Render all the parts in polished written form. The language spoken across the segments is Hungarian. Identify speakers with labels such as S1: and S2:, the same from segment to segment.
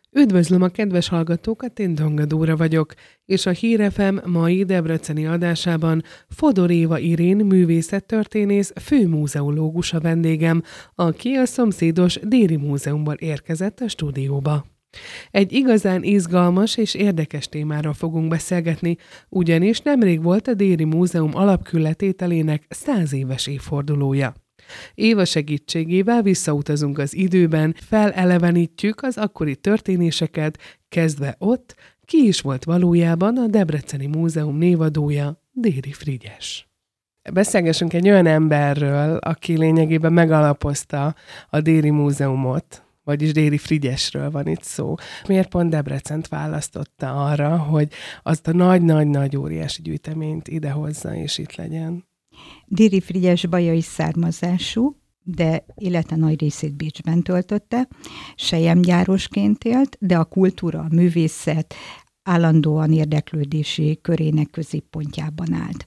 S1: Üdvözlöm a kedves hallgatókat, én Donga Dóra vagyok, és a Hír FM mai debreceni adásában Fodor Éva Irén művészettörténész főmúzeológus a vendégem, aki a szomszédos Déri Múzeumból érkezett a stúdióba. Egy igazán izgalmas és érdekes témáról fogunk beszélgetni, ugyanis nemrég volt a Déri Múzeum alapkőletételének 100 éves évfordulója. Éva segítségével visszautazunk az időben, felelevenítjük az akkori történéseket, kezdve ott, ki is volt valójában a Debreceni Múzeum névadója, Déri Frigyes. Beszélgessünk egy olyan emberről, aki lényegében megalapozta a Déri Múzeumot, vagyis Déri Frigyesről van itt szó. Miért pont Debrecent választotta arra, hogy azt a nagy-nagy-nagy óriási gyűjteményt idehozza és itt legyen?
S2: Déri Frigyes bajai származású, de élete nagy részét Bécsben töltötte, selyemgyárosként élt, de a kultúra, a művészet állandóan érdeklődési körének középpontjában állt.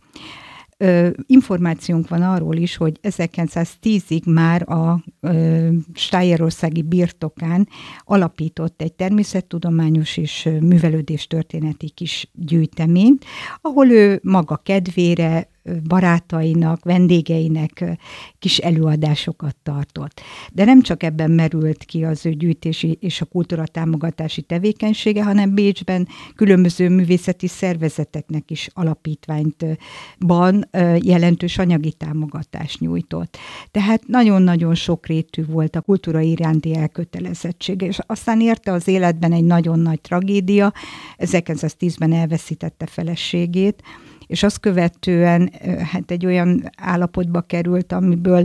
S2: Információnk van arról is, hogy 1910-ig már a stájerországi birtokán alapított egy természettudományos és művelődéstörténeti kis gyűjteményt, ahol ő maga kedvére, barátainak, vendégeinek kis előadásokat tartott. De nem csak ebben merült ki az ő gyűjtési és a kultúra támogatási tevékenysége, hanem Bécsben különböző művészeti szervezeteknek is alapítványban jelentős anyagi támogatást nyújtott. Tehát nagyon-nagyon sokrétű volt a kultúra iránti elkötelezettsége, és aztán érte az életben egy nagyon nagy tragédia, 1910-ben elveszítette feleségét, és azt követően egy olyan állapotba került, amiből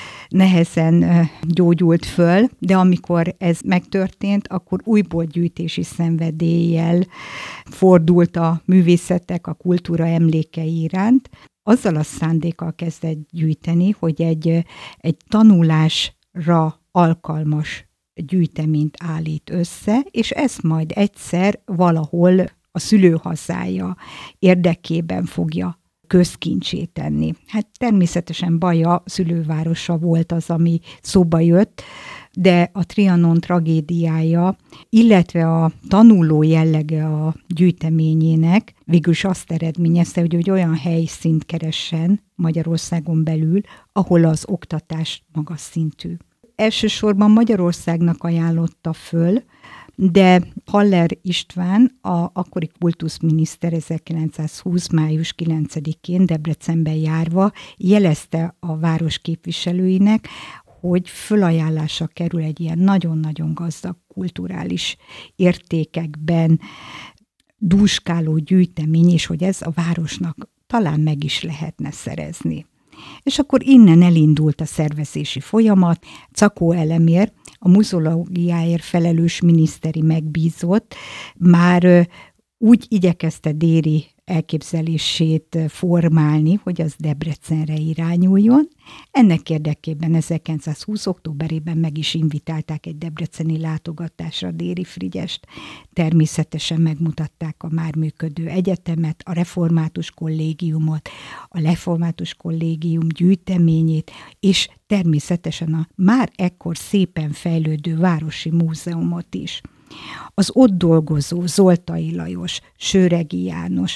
S2: nehezen gyógyult föl, de amikor ez megtörtént, akkor újból gyűjtési szenvedéllyel fordult a művészetek, a kultúra emlékei iránt. Azzal a szándékkal kezdett gyűjteni, hogy egy tanulásra alkalmas gyűjteményt állít össze, és ezt majd egyszer valahol a szülőhazája érdekében fogja közkincsé tenni. Hát természetesen Baja szülővárosa volt az, ami szóba jött, de a Trianon tragédiája, illetve a tanuló jellege a gyűjteményének végülis azt eredményezte, hogy olyan helyszínt keressen Magyarországon belül, ahol az oktatás magas szintű. Elsősorban Magyarországnak ajánlotta föl, de Haller István, a akkori kultuszminiszter 1920. május 9-én Debrecenben járva jelezte a város képviselőinek, hogy fölajánlásra kerül egy ilyen nagyon-nagyon gazdag kulturális értékekben dúskáló gyűjtemény, és hogy ez a városnak talán meg is lehetne szerezni. És akkor innen elindult a szervezési folyamat. Czakó Elemér, a muzeológiáért felelős miniszteri megbízott, már úgy igyekezte Déri elképzelését formálni, hogy az Debrecenre irányuljon. Ennek érdekében 1920. októberében meg is invitálták egy debreceni látogatásra Déri Frigyest. Természetesen megmutatták a már működő egyetemet, a református kollégiumot, a református kollégium gyűjteményét, és természetesen a már ekkor szépen fejlődő városi múzeumot is. Az ott dolgozó Zoltai Lajos, Sőregi János,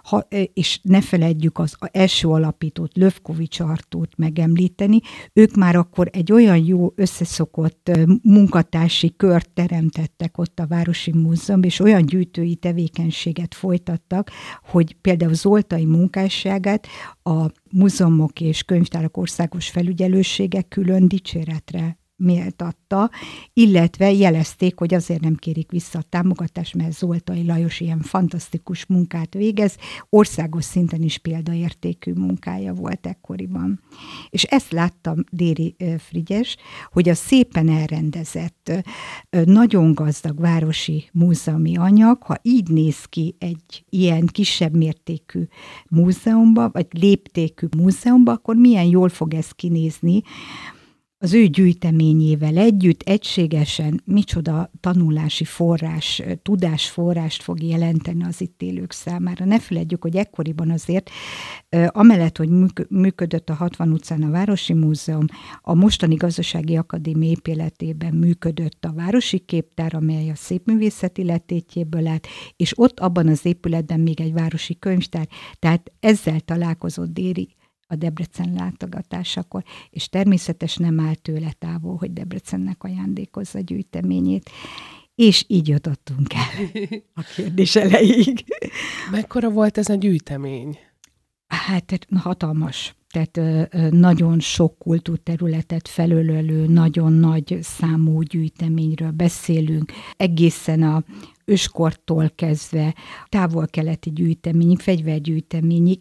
S2: és ne feledjük az első alapítót, Lövkovics Artúrt megemlíteni, ők már akkor egy olyan jó összeszokott munkatársi kört teremtettek ott a Városi Múzeum, és olyan gyűjtői tevékenységet folytattak, hogy például Zoltai munkásságát a Múzeumok és Könyvtárak Országos Felügyelősége külön dicséretre méltatta, illetve jelezték, hogy azért nem kérik vissza a támogatást, mert Zoltai Lajos ilyen fantasztikus munkát végez, országos szinten is példaértékű munkája volt ekkoriban. És ezt látta Déri Frigyes, hogy a szépen elrendezett, nagyon gazdag városi múzeumi anyag, ha így néz ki egy ilyen kisebb mértékű múzeumba, vagy léptékű múzeumba, akkor milyen jól fog ez kinézni az ő gyűjteményével együtt egységesen micsoda tanulási forrás, tudásforrást fog jelenteni az itt élők számára. Ne feledjük, hogy ekkoriban azért, amellett, hogy működött a 60 utcán a Városi Múzeum, a mostani Gazdasági Akadémia épületében működött a Városi Képtár, amely a szépművészeti letétjéből állt, és ott abban az épületben még egy városi könyvtár, tehát ezzel találkozott Déri a Debrecen látogatásakor, és természetesen nem áll tőle távol, hogy Debrecennek ajándékozza gyűjteményét, és így jutottunk el a kérdés elejéig.
S1: Mekkora volt ez a gyűjtemény?
S2: Hát hatalmas. Tehát nagyon sok kultúrterületet felölelő, nagyon nagy számú gyűjteményről beszélünk, egészen a őskortól kezdve távol-keleti gyűjteményig, fegyvergyűjteményig,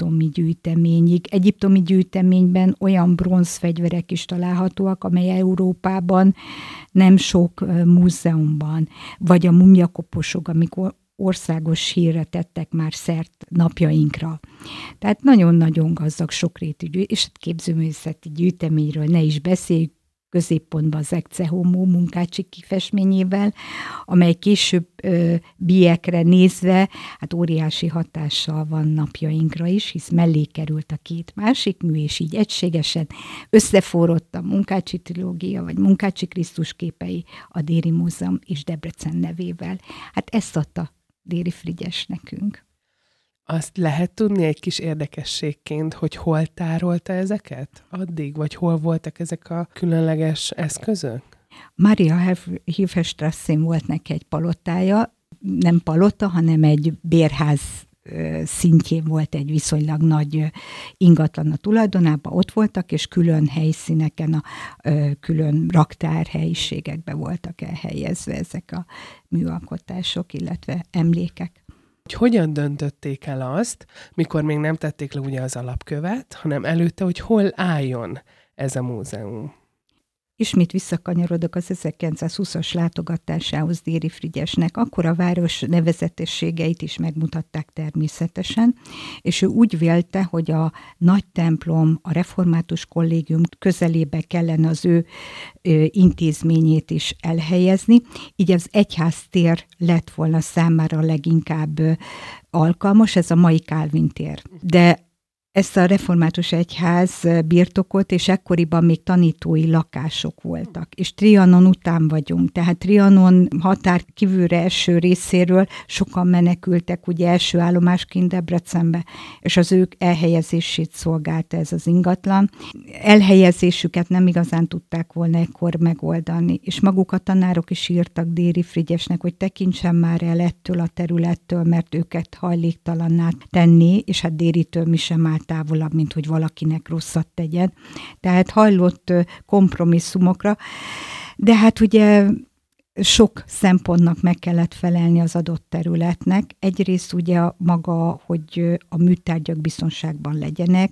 S2: egyiptomi gyűjteményben olyan bronzfegyverek is találhatóak, amely Európában nem sok múzeumban, vagy a mumiakoposok, amikor országos hírre tettek már szert napjainkra. Tehát nagyon-nagyon gazdag, sokrétű és képzőművészeti gyűjteményről ne is beszéljük, középpontban az Ecce Homo Munkácsik kifestményével, amely később biekre nézve, hát óriási hatással van napjainkra is, hisz mellé került a két másik mű, és így egységesen összeforrott a Munkácsi trilógia, vagy Munkácsi Krisztus képei a Déri Múzeum és Debrecen nevével. Hát ezt adta Déri Frigyes nekünk.
S1: Azt lehet tudni egy kis érdekességként, hogy hol tárolta ezeket addig, vagy hol voltak ezek a különleges eszközök?
S2: Maria Hilferstrasszén volt neki egy palotája, nem palota, hanem egy bérház szintjén volt egy viszonylag nagy ingatlan a tulajdonában, ott voltak, és külön helyszíneken, a külön raktárhelyiségekben voltak elhelyezve ezek a műalkotások, illetve emlékek.
S1: Hogyan döntötték el azt, mikor még nem tették le ugye az alapkövet, hanem előtte, hogy hol álljon ez a múzeum?
S2: Ismét visszakanyarodok az 1920-as látogatásához Déri Frigyesnek, akkor a város nevezetességeit is megmutatták természetesen, és ő úgy vélte, hogy a nagy templom, a református kollégium közelébe kellene az ő intézményét is elhelyezni, így az egyháztér lett volna számára leginkább alkalmas, ez a mai Kálvin tér. De ezt a református egyház birtokolt, és ekkoriban még tanítói lakások voltak. És Trianon után vagyunk, tehát Trianon határ kívülre eső részéről sokan menekültek, ugye első állomásként Debrecenbe, és az ők elhelyezését szolgálta ez az ingatlan. Elhelyezésüket nem igazán tudták volna ekkor megoldani, és maguk a tanárok is írtak Déri Frigyesnek, hogy tekintsen már el ettől a területtől, mert őket hajléktalanná tenni, és hát Déritől mi sem áll távolabb, mint hogy valakinek rosszat tegyen. Tehát hajlott kompromisszumokra, de hát ugye sok szempontnak meg kellett felelni az adott területnek. Egyrészt ugye maga, hogy a műtárgyak biztonságban legyenek,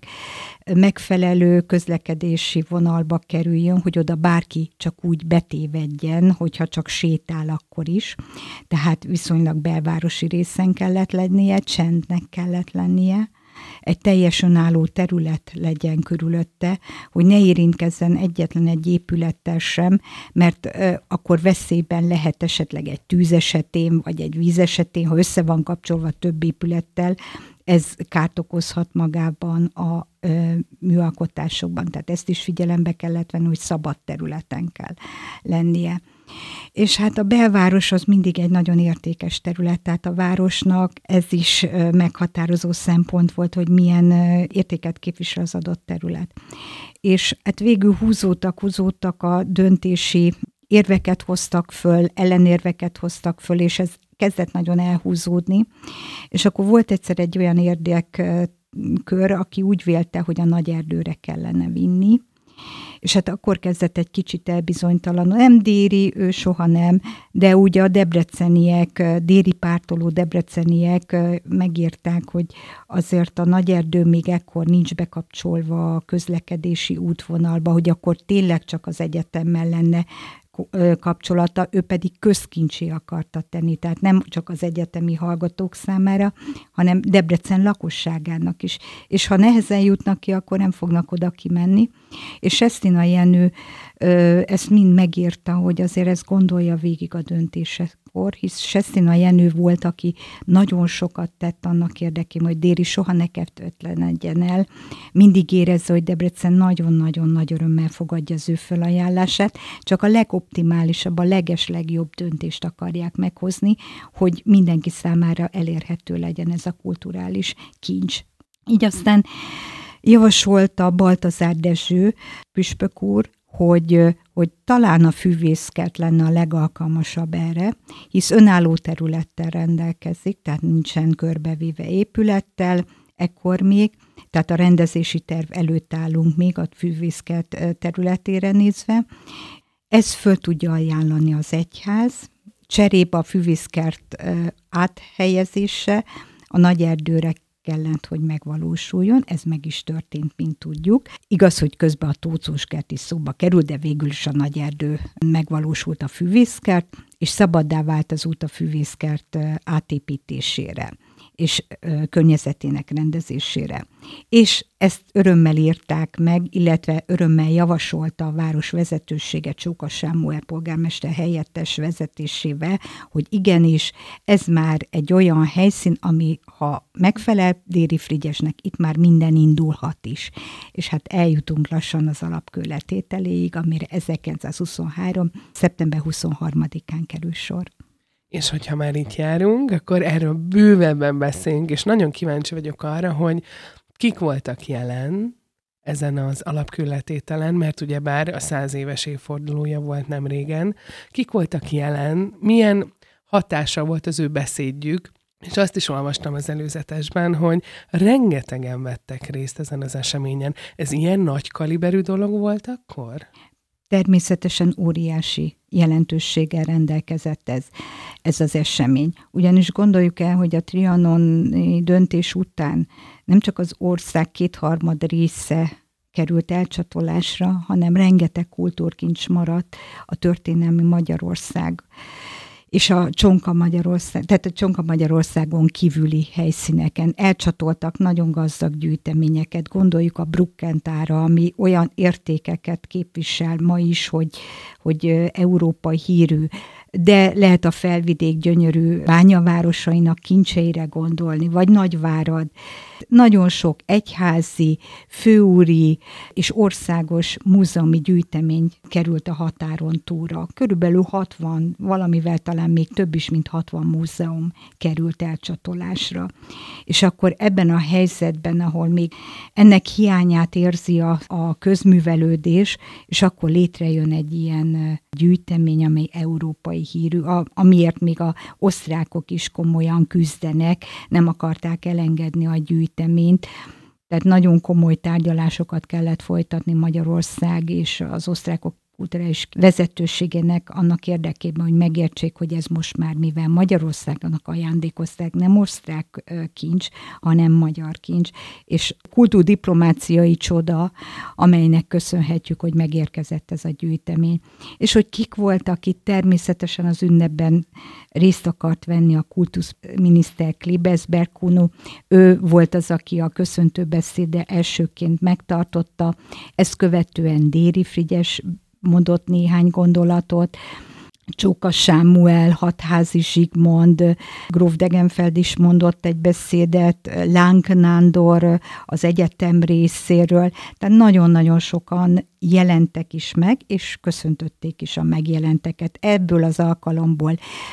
S2: megfelelő közlekedési vonalba kerüljön, hogy oda bárki csak úgy betévedjen, hogyha csak sétál akkor is. Tehát viszonylag belvárosi részen kellett lennie, csendnek kellett lennie. Egy teljes önálló terület legyen körülötte, hogy ne érintkezzen egyetlen egy épülettel sem, mert akkor veszélyben lehet esetleg egy tűz esetén, vagy egy víz esetén, ha össze van kapcsolva több épülettel, ez kárt okozhat magában a műalkotásokban. Tehát ezt is figyelembe kellett venni, hogy szabad területen kell lennie. És hát a belváros az mindig egy nagyon értékes terület, tehát a városnak ez is meghatározó szempont volt, hogy milyen értéket képvisel az adott terület. És hát végül húzódtak a döntési érveket hoztak föl, ellenérveket hoztak föl, és ez kezdett nagyon elhúzódni. És akkor volt egyszer egy olyan érdekkör, aki úgy vélte, hogy a Nagyerdőre kellene vinni, és hát akkor kezdett egy kicsit elbizonytalanul. Nem Déri, ő soha nem, de ugye a debreceniek, déri pártoló debreceniek megírták, hogy azért a Nagyerdő még ekkor nincs bekapcsolva a közlekedési útvonalba, hogy akkor tényleg csak az egyetemmel lenne kapcsolata, ő pedig közkincsé akarta tenni, tehát nem csak az egyetemi hallgatók számára, hanem Debrecen lakosságának is. És ha nehezen jutnak ki, akkor nem fognak oda kimenni. És Sestina Jenő ezt mind megírta, hogy azért ezt gondolja végig a döntésekor, hisz Sestina Jenő volt, aki nagyon sokat tett annak érdekében, hogy Déri soha ne kedvetlenedjen el. Mindig érezze, hogy Debrecen nagyon-nagyon nagy örömmel fogadja az ő felajánlását, csak a legoptimálisabb, a legjobb döntést akarják meghozni, hogy mindenki számára elérhető legyen ez a kulturális kincs. Így aztán javasolta Baltazár Dezső püspök úr, hogy talán a fűvészkert lenne a legalkalmasabb erre, hisz önálló területtel rendelkezik, tehát nincsen körbevéve épülettel, ekkor még, tehát a rendezési terv előtt állunk még a fűvészkert területére nézve. Ezt föl tudja ajánlani az egyház, cserébe a fűvészkert áthelyezése a nagy erdőre kellett, hogy megvalósuljon, ez meg is történt, mint tudjuk. Igaz, hogy közben a Tóczóskert is szóba került, de végül is a nagy erdő megvalósult a fűvészkert, és szabaddá vált az út a fűvészkert átépítésére és környezetének rendezésére. És ezt örömmel írták meg, illetve örömmel javasolta a város vezetősége Csóka Sámuel polgármester helyettes vezetésével, hogy igenis, ez már egy olyan helyszín, ami ha megfelel Déri Frigyesnek, itt már minden indulhat is. És hát eljutunk lassan az alapkőletételéig, amire 1923. szeptember 23-án kerül sor.
S1: És hogyha már itt járunk, akkor erről bővebben beszélünk, és nagyon kíváncsi vagyok arra, hogy kik voltak jelen ezen az alapkőletételen, mert ugyebár a 100 éves évfordulója volt nem régen. Kik voltak jelen, milyen hatása volt az ő beszédjük, és azt is olvastam az előzetesben, hogy rengetegen vettek részt ezen az eseményen. Ez ilyen nagy kaliberű dolog volt akkor?
S2: Természetesen óriási jelentőséggel rendelkezett ez az esemény. Ugyanis gondoljuk el, hogy a trianoni döntés után nem csak az ország 2/3 része került elcsatolásra, hanem rengeteg kultúrkincs maradt a történelmi Magyarország és a Csonka Magyarország, tehát a Csonka Magyarországon kívüli helyszíneken elcsatoltak nagyon gazdag gyűjteményeket. Gondoljuk a Brukkentára, ami olyan értékeket képvisel ma is, hogy európai hírű, de lehet a Felvidék gyönyörű bányavárosainak kincseire gondolni, vagy Nagyvárad. Nagyon sok egyházi, főúri és országos múzeumi gyűjtemény került a határon túlra. Körülbelül 60, valamivel talán még több is, mint 60 múzeum került elcsatolásra. És akkor ebben a helyzetben, ahol még ennek hiányát érzi a közművelődés, és akkor létrejön egy ilyen gyűjtemény, amely európai hírű, amiért még az osztrákok is komolyan küzdenek, nem akarták elengedni a gyűjteményt. Tehát nagyon komoly tárgyalásokat kellett folytatni Magyarország és az osztrákok kulturális vezetőségének annak érdekében, hogy megértsék, hogy ez most már, mivel Magyarországnak ajándékozták, nem osztrák kincs, hanem magyar kincs, és kultúrdiplomáciai csoda, amelynek köszönhetjük, hogy megérkezett ez a gyűjtemény. És hogy kik voltak itt, természetesen az ünnepben részt akart venni a kultuszminiszter Klebesberg Kuno. Ő volt az, aki a köszöntő beszéde elsőként megtartotta, ezt követően Déri Frigyes mondott néhány gondolatot, Csóka Sámuel, Hatházi Zsigmond, gróf Degenfeld is mondott egy beszédet, Lánk Nándor az egyetem részéről, tehát nagyon-nagyon sokan jelentek is meg, és köszöntötték is a megjelenteket. Ebből az alkalomból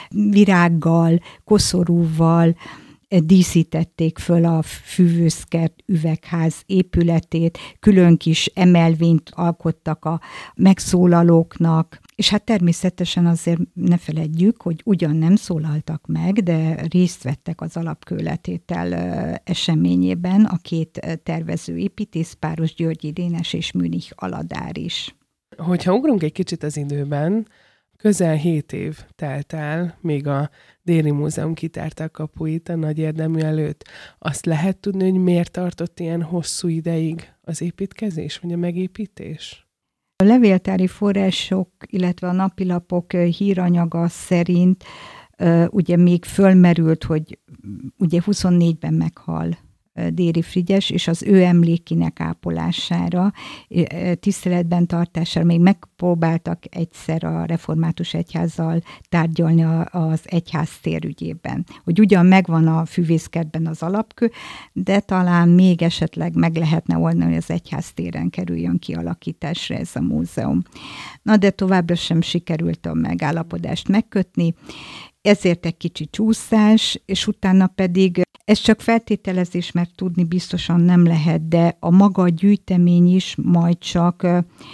S2: virággal, koszorúval díszítették föl a Fűvészkert üvegház épületét, külön kis emelvényt alkottak a megszólalóknak, és hát természetesen azért ne feledjük, hogy ugyan nem szólaltak meg, de részt vettek az alapkőletétel eseményében a két tervező építészpáros, Györgyi Dénes és Münich Aladár is.
S1: Hogyha ugrunk egy kicsit az időben, közel 7 év telt el, még a Déri Múzeum kitárta a kapuit a nagy érdemű előtt. Azt lehet tudni, hogy miért tartott ilyen hosszú ideig az építkezés, vagy a megépítés?
S2: A levéltári források, illetve a napilapok híranyaga szerint ugye még fölmerült, hogy ugye 24-ben meghal Déri Frigyes, és az ő emlékének ápolására, tiszteletben tartására még megpróbáltak egyszer a református egyházzal tárgyalni az egyháztér ügyében. Hogy ugyan megvan a Füvészkertben az alapkő, de talán még esetleg meg lehetne oldani, hogy az egyháztéren kerüljön kialakításra ez a múzeum. Na de továbbra sem sikerült a megállapodást megkötni, ezért egy kicsi csúszás, és utána pedig, ez csak feltételezés, mert tudni biztosan nem lehet, de a maga gyűjtemény is majd csak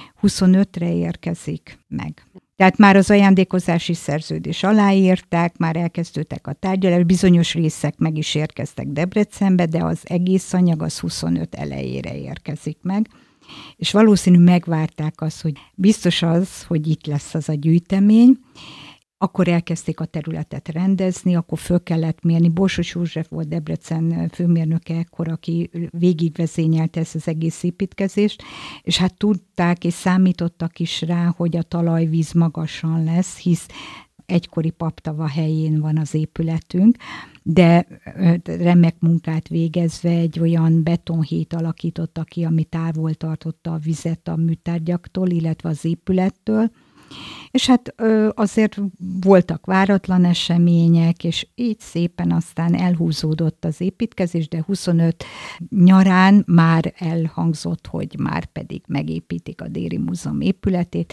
S2: 25-re érkezik meg. Tehát már az ajándékozási szerződés aláírták, már elkezdődtek a tárgyalások, bizonyos részek meg is érkeztek Debrecenbe, de az egész anyag az 25 elejére érkezik meg. És valószínű megvárták azt, hogy biztos az, hogy itt lesz az a gyűjtemény. Akkor elkezdték a területet rendezni, akkor föl kellett mérni. Borsos József volt Debrecen főmérnöke ekkor, aki végigvezényelte ezt az egész építkezést, és hát tudták és számítottak is rá, hogy a talajvíz magasan lesz, hisz egykori paptava helyén van az épületünk, de remek munkát végezve egy olyan betonhét alakítottak ki, ami távol tartotta a vizet a műtárgyaktól, illetve az épülettől. És hát azért voltak váratlan események, és így szépen aztán elhúzódott az építkezés, de 25 nyarán már elhangzott, hogy már pedig megépítik a Déri Múzeum épületét,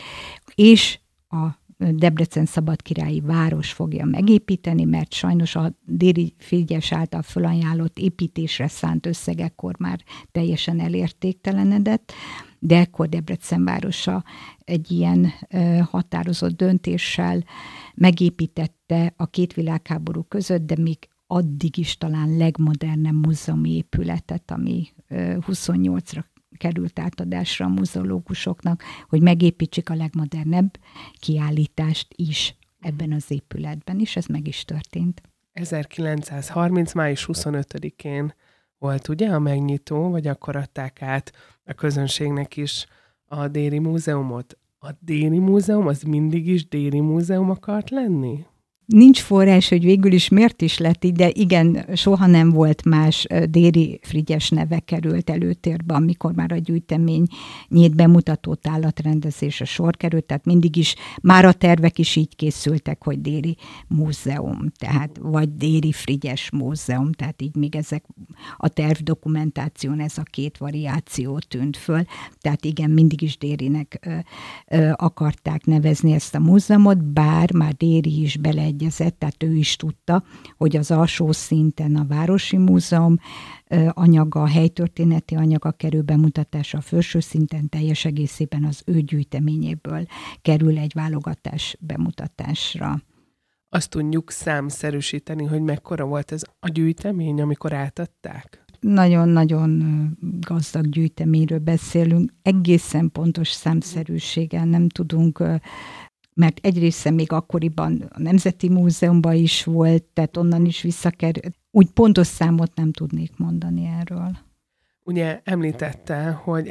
S2: és a Debrecen szabadkirályi város fogja megépíteni, mert sajnos a Déri Frigyes által fölajánlott építésre szánt összegekkor már teljesen elértéktelenedett, de ekkor Debrecen városa egy ilyen határozott döntéssel megépítette a két világháború között, de még addig is talán legmodernebb múzeumi épületet, ami 28-ra került átadásra a muzeológusoknak, hogy megépítsék a legmodernebb kiállítást is ebben az épületben, és ez meg is történt.
S1: 1930. május 25-én volt ugye a megnyitó, vagy akkor adták át a közönségnek is a Déri Múzeumot. A Déri Múzeum az mindig is Déri Múzeum akart lenni?
S2: Nincs forrás, hogy végül is miért is lett így, de igen, soha nem volt más. Déri Frigyes neve került előtérbe, amikor már a gyűjteményét bemutató tálatrendezésre sor került, tehát mindig is, már a tervek is így készültek, hogy Déri Múzeum, tehát vagy Déri Frigyes Múzeum, tehát így még ezek a tervdokumentáción ez a két variáció tűnt föl, tehát igen, mindig is Dérinek akarták nevezni ezt a múzeumot, bár már Déri is beleegyezett, tehát ő is tudta, hogy az alsó szinten a Városi Múzeum anyaga, a helytörténeti anyaga kerül bemutatásra, a felső szinten teljes egészében az ő gyűjteményéből kerül egy válogatás bemutatásra.
S1: Azt tudjuk számszerűsíteni, hogy mekkora volt ez a gyűjtemény, amikor átadták?
S2: Nagyon-nagyon gazdag gyűjteményről beszélünk, egészen pontos számszerűséggel nem tudunk, mert egyrészt még akkoriban a Nemzeti Múzeumban is volt, tehát onnan is visszakerült. Úgy pontos számot nem tudnék mondani erről.
S1: Ugye említette, hogy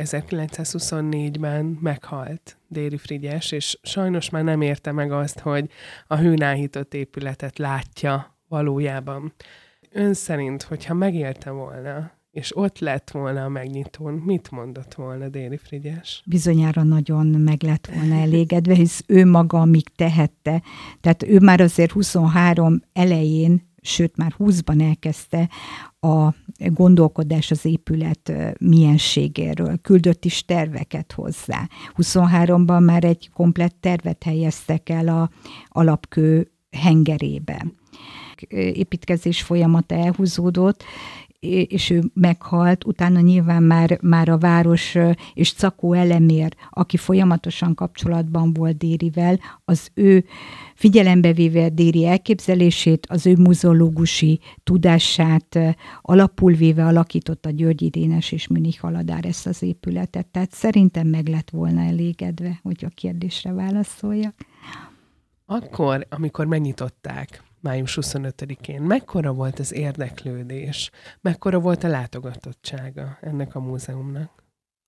S1: 1924-ben meghalt Déri Frigyes, és sajnos már nem érte meg azt, hogy a hőn áhított épületet látja valójában. Ön szerint, hogyha megélte volna, és ott lett volna a megnyitón, mit mondott volna Déri Frigyes?
S2: Bizonyára nagyon meg lett volna elégedve, hisz ő maga, amíg tehette. Tehát ő már azért 23 elején, sőt már 20-ban elkezdte a gondolkodás az épület mienségéről. Küldött is terveket hozzá. 23-ban már egy komplett tervet helyeztek el a alapkő hengerébe. Építkezés folyamata elhúzódott, és ő meghalt, utána nyilván már a város és Czakó Elemér, aki folyamatosan kapcsolatban volt Dérivel, az ő figyelembe véve Déri elképzelését, az ő muzeológusi tudását alapul véve alakította Györgyi Dénes és Münich Haladár ezt az épületet. Tehát szerintem meg lett volna elégedve, hogy a kérdésre válaszoljak.
S1: Akkor, amikor megnyitották, május 25-én, mekkora volt az érdeklődés, mekkora volt a látogatottsága ennek a múzeumnak?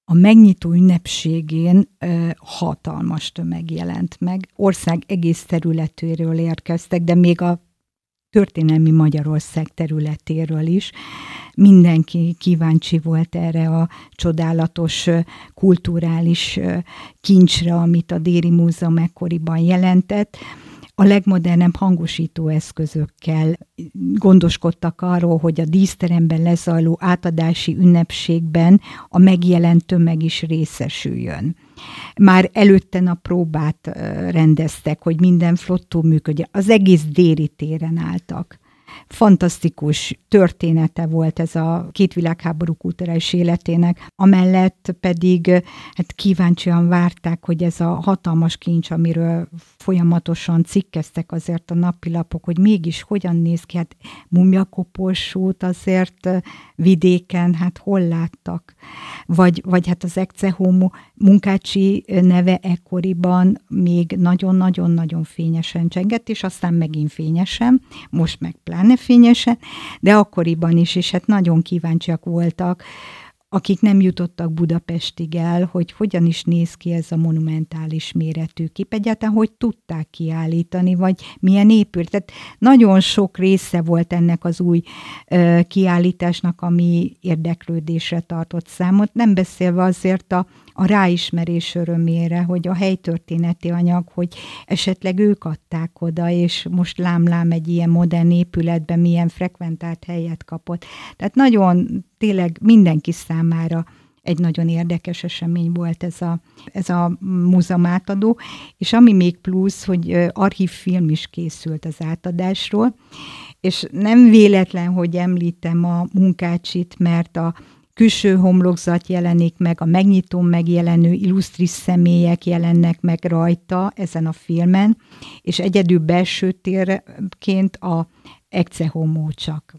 S2: a megnyitó ünnepségén hatalmas tömeg jelent meg. Ország egész területéről érkeztek, de még a történelmi Magyarország területéről is. Mindenki kíváncsi volt erre a csodálatos kulturális kincsre, amit a Déri Múzeum ekkoriban jelentett. A legmodernebb hangosító eszközökkel gondoskodtak arról, hogy a díszteremben lezajló átadási ünnepségben a megjelent tömeg is részesüljön. Már előtte a próbát rendeztek, hogy minden flottó működjön. Az egész Déri téren álltak. Fantasztikus története volt ez a két világháború kulturális életének, amellett pedig hát kíváncsian várták, hogy ez a hatalmas kincs, amiről folyamatosan cikkeztek azért a napilapok, hogy mégis hogyan néz ki, hát mumjakoporsót azért vidéken, hát hol láttak? Vagy hát az Ecce Homo Munkácsi neve ekkoriban még nagyon-nagyon-nagyon fényesen csengett, és aztán megint fényesen, most meg pláne fényesen, de akkoriban is, és hát nagyon kíváncsiak voltak, akik nem jutottak Budapestig el, hogy hogyan is néz ki ez a monumentális méretű kép. Egyáltalán hogy tudták kiállítani, vagy milyen épült. Tehát nagyon sok része volt ennek az új kiállításnak, ami érdeklődésre tartott számot. Nem beszélve azért a ráismerés örömére, hogy a helytörténeti anyag, hogy esetleg ők adták oda, és most lám egy ilyen modern épületben milyen frekventált helyet kapott. Tehát nagyon tényleg mindenki számára egy nagyon érdekes esemény volt ez a múzeum átadó, és ami még plusz, hogy archívfilm is készült az átadásról, és nem véletlen, hogy említem a Munkácsit, mert a külső homlokzat jelenik meg, a megnyitón megjelenő illusztris személyek jelennek meg rajta ezen a filmen, és egyedül belső térként a Ecce Homo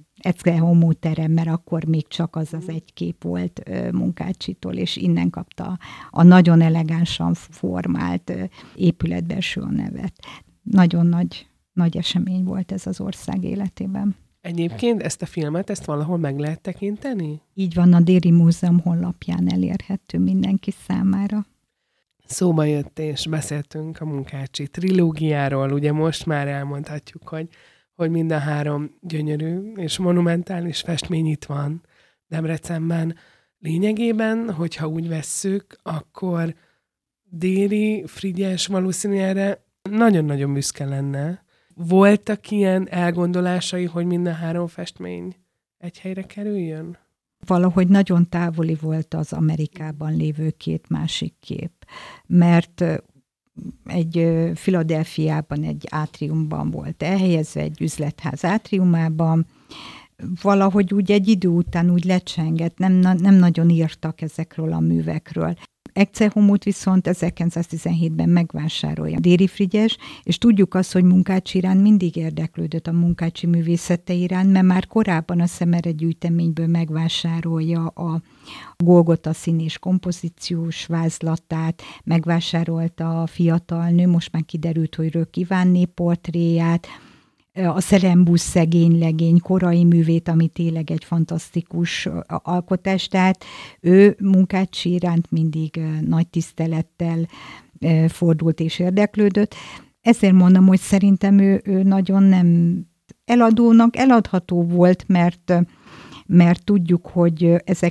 S2: terem, mert akkor még csak az egy kép volt Munkácsitól, és innen kapta a nagyon elegánsan formált épületbelső a nevet. Nagyon nagy esemény volt ez az ország életében.
S1: Egyébként ezt a filmet, ezt valahol meg lehet tekinteni?
S2: Így van, a Déri Múzeum honlapján elérhető mindenki számára.
S1: Szóba jött, és beszéltünk a Munkácsi trilógiáról, ugye most már elmondhatjuk, hogy mind a 3 gyönyörű és monumentális festmény itt van Debrecenben. Lényegében, hogyha úgy vesszük, akkor Déri Frigyes valószínűleg erre nagyon-nagyon büszke lenne. Voltak ilyen elgondolásai, hogy mind a 3 festmény egy helyre kerüljön?
S2: Valahogy nagyon távoli volt az Amerikában lévő 2 másik kép, mert egy Philadelphiában egy átriumban volt elhelyezve, egy üzletház átriumában, valahogy úgy egy idő után úgy lecsengett, nem nagyon írtak ezekről a művekről. Ecce Homót viszont 1917-ben megvásárolja Déri Frigyes, és tudjuk azt, hogy Munkácsi iránt mindig érdeklődött a Munkácsi művészete iránt, mert már korábban a Szemere gyűjteményből megvásárolja a Golgota szín és kompozíciós vázlatát, megvásárolta a fiatal nő, most már kiderült, hogy Rök Ivánné portréját, a Szerembusz szegénylegény korai művét, ami tényleg egy fantasztikus alkotás, tehát ő Munkácsi iránt mindig nagy tisztelettel fordult és érdeklődött. Ezért mondom, hogy szerintem ő nagyon nem eladónak, eladható volt, mert tudjuk, hogy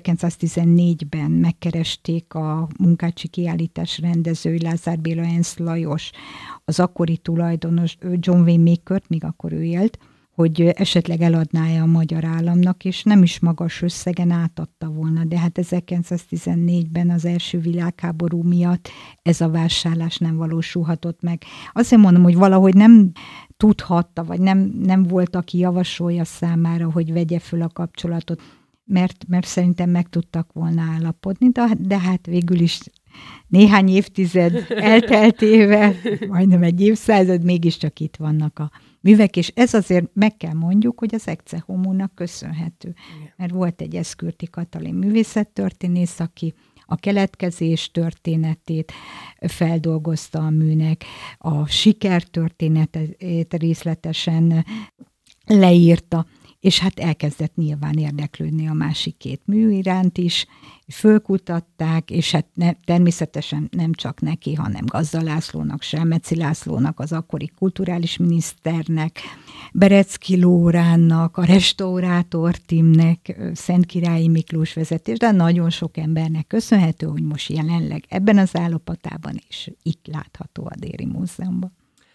S2: 1914-ben megkeresték a Munkácsi kiállítás rendezői Lázár Béla, Ensz Lajos, az akkori tulajdonos John Wayne Makert, még akkor ő élt, hogy esetleg eladná-e a magyar államnak, és nem is magas összegen átadta volna. De hát 1914-ben az első világháború miatt ez a vásárlás nem valósulhatott meg. Azért mondom, hogy valahogy nem tudhatta, vagy nem volt, aki javasolja számára, hogy vegye föl a kapcsolatot, mert szerintem meg tudtak volna állapodni, de hát végül is néhány évtized elteltével, majdnem egy évszázad, mégiscsak itt vannak a művek, és ez azért meg kell mondjuk, hogy az Ecce Homónak köszönhető. Mert volt egy Eszkürti Katalin művészettörténész, aki a keletkezés történetét feldolgozta a műnek, a sikertörténetét részletesen leírta, és hát elkezdett nyilván érdeklődni a másik két mű iránt is, fölkutatták, és hát természetesen nem csak neki, hanem Gazda Lászlónak, Selmeczi Lászlónak, az akkori kulturális miniszternek, Berecki Lóránnak, a restaurátor Timnek, Szentkirályi Miklós vezetés, de nagyon sok embernek köszönhető, hogy most jelenleg ebben az állapotában is itt látható a Déri Múzeumban.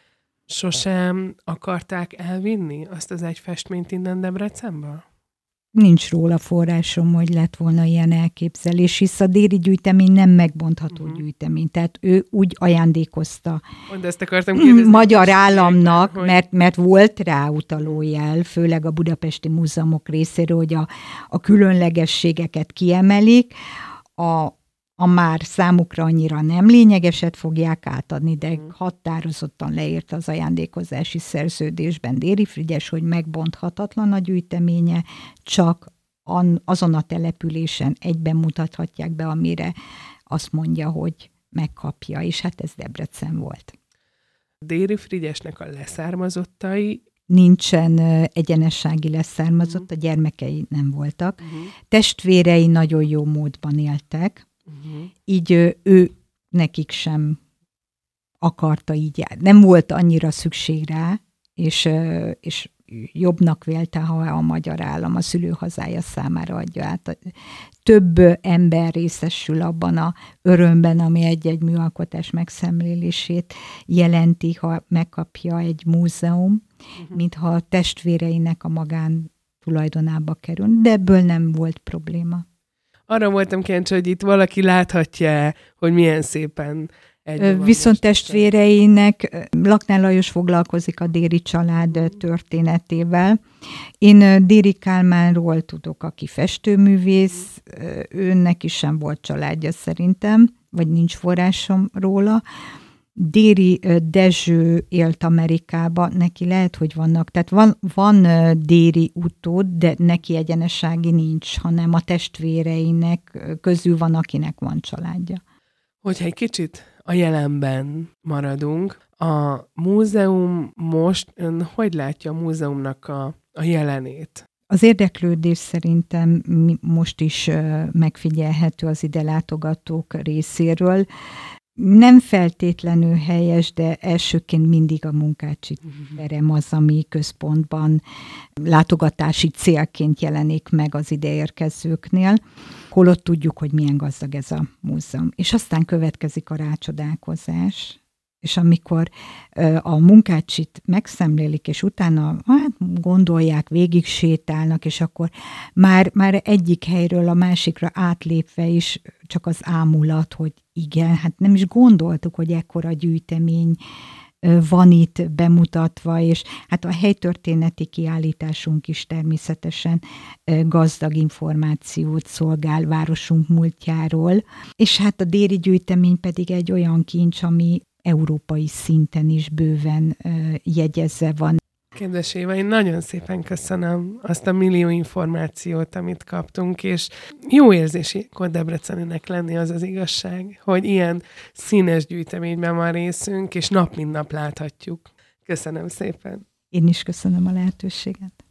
S1: Sosem akarták elvinni azt az egy festményt innen Debrecenből?
S2: Nincs róla forrásom, hogy lett volna ilyen elképzelés, hisz a Déri gyűjtemény nem megbontható gyűjtemény, tehát ő úgy ajándékozta
S1: ezt akartam kérdezni,
S2: magyar államnak, hogy... mert volt rá utaló jel, főleg a budapesti múzeumok részéről, hogy a különlegességeket kiemelik, a már számukra annyira nem lényegeset fogják átadni, de határozottan leírta az ajándékozási szerződésben Déri Frigyes, hogy megbonthatatlan a gyűjteménye, csak azon a településen egyben mutathatják be, amire azt mondja, hogy megkapja, és hát ez Debrecen volt.
S1: Déri Frigyesnek a leszármazottai
S2: nincsen egyenessági leszármazott, a gyermekei nem voltak. Testvérei nagyon jó módban éltek, így ő nekik sem akarta így járni. Nem volt annyira szükség rá, és jobbnak vélte, ha a magyar állam a szülőhazája számára adja át. Több ember részesül abban a örömben, ami egy-egy műalkotás megszemlélését jelenti, ha megkapja egy múzeum, mintha a testvéreinek a magán tulajdonába kerül. De ebből nem volt probléma.
S1: Arra voltam kíváncsi, hogy itt valaki láthatja, hogy milyen szépen
S2: viszont testvéreinek, Laknár Lajos foglalkozik a Déri család történetével. Én Déri Kálmánról tudok, aki festőművész, őnek is sem volt családja szerintem, vagy nincs forrásom róla. Déri Dezső élt Amerikában, neki lehet, hogy vannak, tehát van déri utód, de neki egyenessági nincs, hanem a testvéreinek közül van, akinek van családja.
S1: Hogyha egy kicsit a jelenben maradunk, a múzeum most, ön hogy látja a múzeumnak a jelenét?
S2: Az érdeklődés szerintem most is megfigyelhető az ide látogatók részéről. Nem feltétlenül helyes, de elsőként mindig a Munkácsi terem az, ami központban látogatási célként jelenik meg az ideérkezőknél, holott tudjuk, hogy milyen gazdag ez a múzeum. És aztán következik a rácsodálkozás, és amikor a Munkácsit megszemlélik, és utána gondolják, végig sétálnak, és akkor már egyik helyről a másikra átlépve is csak az ámulat, hogy igen, hát nem is gondoltuk, hogy ekkora gyűjtemény van itt bemutatva, és hát a helytörténeti kiállításunk is természetesen gazdag információt szolgál városunk múltjáról, és hát a Déri gyűjtemény pedig egy olyan kincs, ami európai szinten is bőven jegyezve van.
S1: Kedves Éva, én nagyon szépen köszönöm azt a millió információt, amit kaptunk, és jó érzés akkor debreceninek lenni, az az igazság, hogy ilyen színes gyűjteményben van részünk, és nap mint nap láthatjuk. Köszönöm szépen.
S2: Én is köszönöm a lehetőséget.